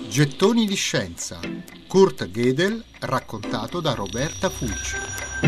Gettoni di scienza. Kurt Gödel, raccontato da Roberta Fulci.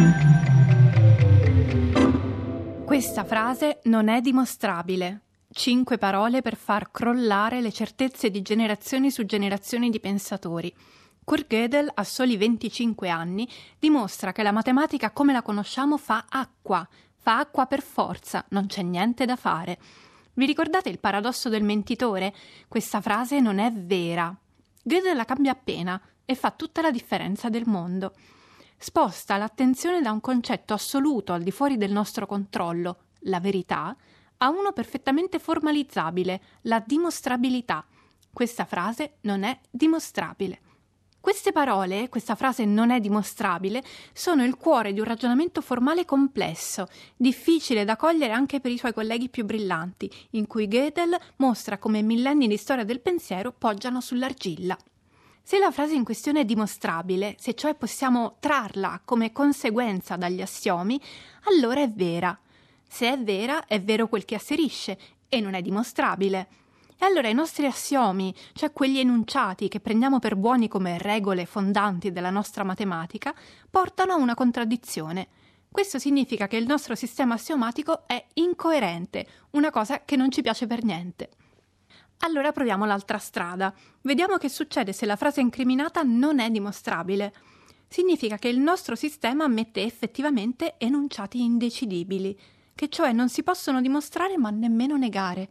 Questa frase non è dimostrabile. 5 parole per far crollare le certezze di generazioni su generazioni di pensatori. Kurt Gödel, a soli 25 anni, dimostra che la matematica come la conosciamo fa acqua per forza, non c'è niente da fare. Vi ricordate il paradosso del mentitore? Questa frase non è vera. Gödel la cambia appena e fa tutta la differenza del mondo. Sposta l'attenzione da un concetto assoluto al di fuori del nostro controllo, la verità, a uno perfettamente formalizzabile, la dimostrabilità. Questa frase non è dimostrabile. Queste parole, questa frase non è dimostrabile, sono il cuore di un ragionamento formale complesso, difficile da cogliere anche per i suoi colleghi più brillanti, in cui Gödel mostra come millenni di storia del pensiero poggiano sull'argilla. Se la frase in questione è dimostrabile, se cioè possiamo trarla come conseguenza dagli assiomi, allora è vera. Se è vera, è vero quel che asserisce e non è dimostrabile. E allora i nostri assiomi, cioè quegli enunciati che prendiamo per buoni come regole fondanti della nostra matematica, portano a una contraddizione. Questo significa che il nostro sistema assiomatico è incoerente, una cosa che non ci piace per niente. Allora proviamo l'altra strada. Vediamo che succede se la frase incriminata non è dimostrabile. Significa che il nostro sistema ammette effettivamente enunciati indecidibili, che cioè non si possono dimostrare ma nemmeno negare.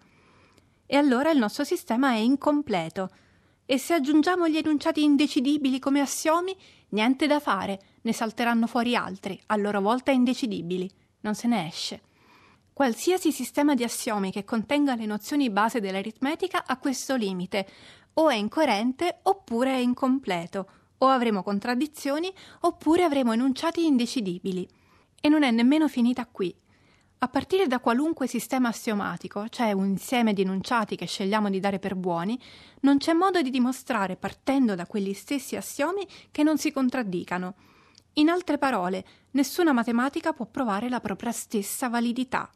E allora il nostro sistema è incompleto. E se aggiungiamo gli enunciati indecidibili come assiomi, niente da fare, ne salteranno fuori altri, a loro volta indecidibili. Non se ne esce. Qualsiasi sistema di assiomi che contenga le nozioni base dell'aritmetica ha questo limite. O è incoerente oppure è incompleto. O avremo contraddizioni oppure avremo enunciati indecidibili. E non è nemmeno finita qui. A partire da qualunque sistema assiomatico, cioè un insieme di enunciati che scegliamo di dare per buoni, non c'è modo di dimostrare, partendo da quegli stessi assiomi, che non si contraddicano. In altre parole, nessuna matematica può provare la propria stessa validità.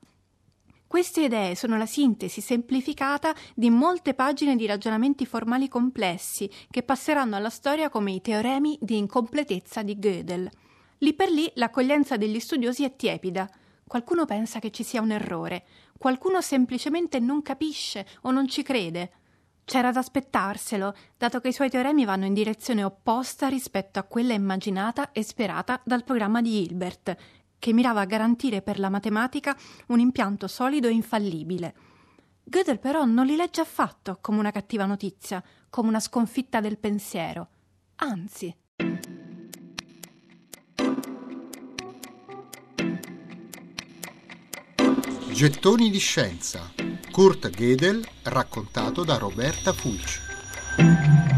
Queste idee sono la sintesi semplificata di molte pagine di ragionamenti formali complessi che passeranno alla storia come i teoremi di incompletezza di Gödel. Lì per lì l'accoglienza degli studiosi è tiepida. Qualcuno pensa che ci sia un errore, qualcuno semplicemente non capisce o non ci crede. C'era da aspettarselo, dato che i suoi teoremi vanno in direzione opposta rispetto a quella immaginata e sperata dal programma di Hilbert, che mirava a garantire per la matematica un impianto solido e infallibile. Gödel però non li legge affatto come una cattiva notizia, come una sconfitta del pensiero. Anzi. Gettoni di scienza. Kurt Gödel, raccontato da Roberta Fulci.